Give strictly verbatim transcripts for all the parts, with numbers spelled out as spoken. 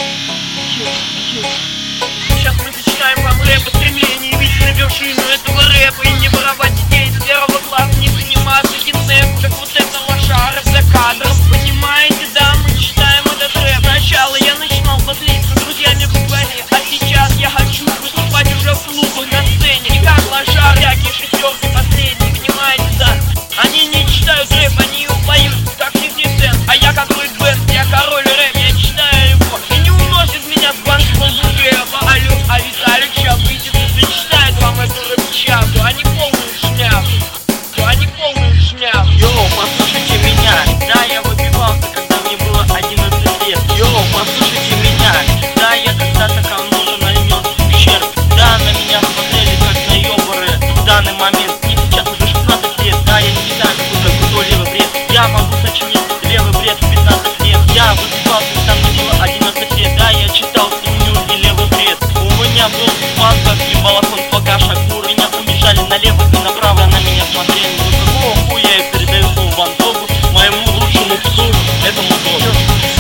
Сейчас мы сочинаем вам рэп, стремление видеть на вершину этого рэпа и не воровать детей с первого класса, не заниматься кинем, как вот эта лошара за кадром. Понимаете, да, мы читаем этот рэп. Сначала я начинал подлиться с друзьями в дворе, а сейчас я хочу выступать уже в клубах на сцене. И как лошар, всякие шестерки последние, понимаете, да? Они не читают рэп, они его поют, как фифти цент. А я как Ллойд Бенд, я король рэп, я читаю его. И не уносит меня с банком рэпа. Алло, а Виталик сейчас выйдет и зачитает вам эту рэп-чату. Они полную шняпу, они полную шняпу. Йоу, послушайте меня, да, я выбивался, когда мне было одиннадцать лет. Йоу, послушайте меня, да, я когда-то кому-то нанес ущерб. Да, на меня смотрели как на ёбары в данный момент. Мне сейчас уже шестнадцать лет, да, я не знаю, какой-то крутой левый бред. Я могу сочинить левый бред в пятнадцать лет. Я выбивался, когда мне было одиннадцать лет, да, я читал свинью и левый бред. У меня был фан, как и балахон пока Шакур. Меня побежали налево и направо, на меня смотрели. Ну какого хуя я передаю слово Ван Гогу, моему лучшему псу, этому Гогу.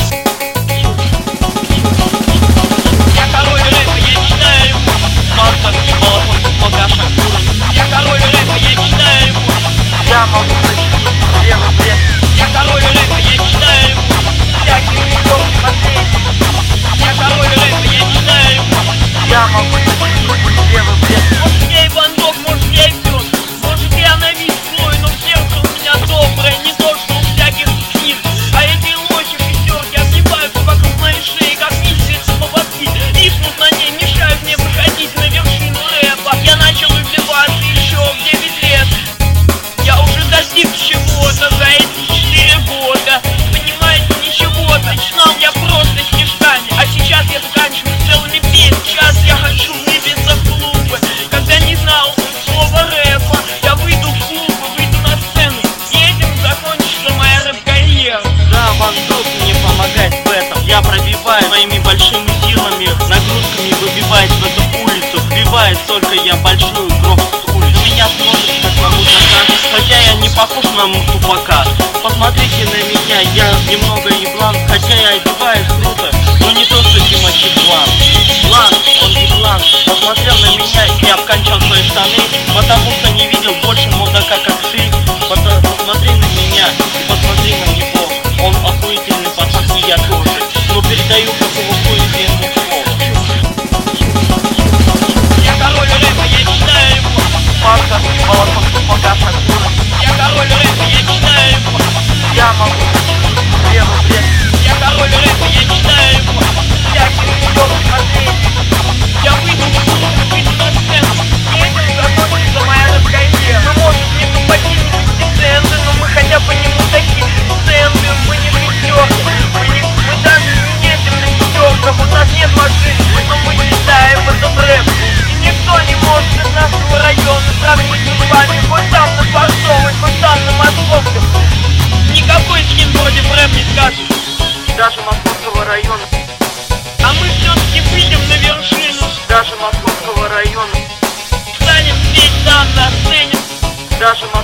Я король рэпа, я читаю его. Фан, как и балахон пока Шакур. Я король рэпа, я читаю его. Я могу сочинить левый бред. Я король рэпа, я читаю его. Всякие шестерки последние. Я король рэпа, я читаю его. Я могу сочинить левый бред. Может я и Ван Гог, может я и пёс. Может я на вид злой, но сердце у меня доброе, не то что у всяких книг. А эти лохи шестерки обнимаются вокруг моей шеи, как мизинцы поводки. Виснут на ней, мешают мне выходить на вершину рэпа. Я начал убиваться еще в девять лет. Я уже достиг чего-то за эти четыре года. Понимаете, ничего, начинал я просто стишками, а сейчас я заканчиваю целыми песнями. Сейчас я хочу выбиться в клубы, когда не знал слова рэпа. Я выйду в клубы, выйду на сцену, и этим закончится моя рэп-карьера. Да, Ван Гог мне помогает в этом. Я пробиваю своими большими силами, нагрузками выбивает в эту улицу. Вбивает только я большую громкость с улицы. Меня смотрят как на мудака, хотя я не похож на тупака. Посмотрите на меня, я немного еблан, хотя я одеваюсь круто, но не то что Тимати Блан. Блан, он еблан, посмотрел на меня и обкончал свои штаны, потому что не видел больше мудака как ты. Посмотри на меня и посмотри на него, он охуительный пацан и я тоже, но передаю какого хуя ему слово. Я король рэпа, я читаю его. Паска и балахон пока Шакура. Я король рэпа, я читаю его. Я могу сочинить левый бред. Я король рэпа, я читаю его. Всякие шестерки последние. Я выйду в клуб, выйду на сцену, и этим закончится моя рэп-карьера. Мы можем не тупаки, не фифти-центы, но мы хотя бы не мудаки. Центы, мы не шестерки, мы, не, мы даже не ездим на шестерках, у нас нет машин, но мы читаем этот рэп. И никто не может из нашего района сравниться с вами, хоть там на Форсовой, хоть там на Московской. Никакой скин против рэп не скажет. Даже Московского района. А мы все-таки выйдем на вершину. Даже Московского района. Станем здесь там на сцене. Даже Московского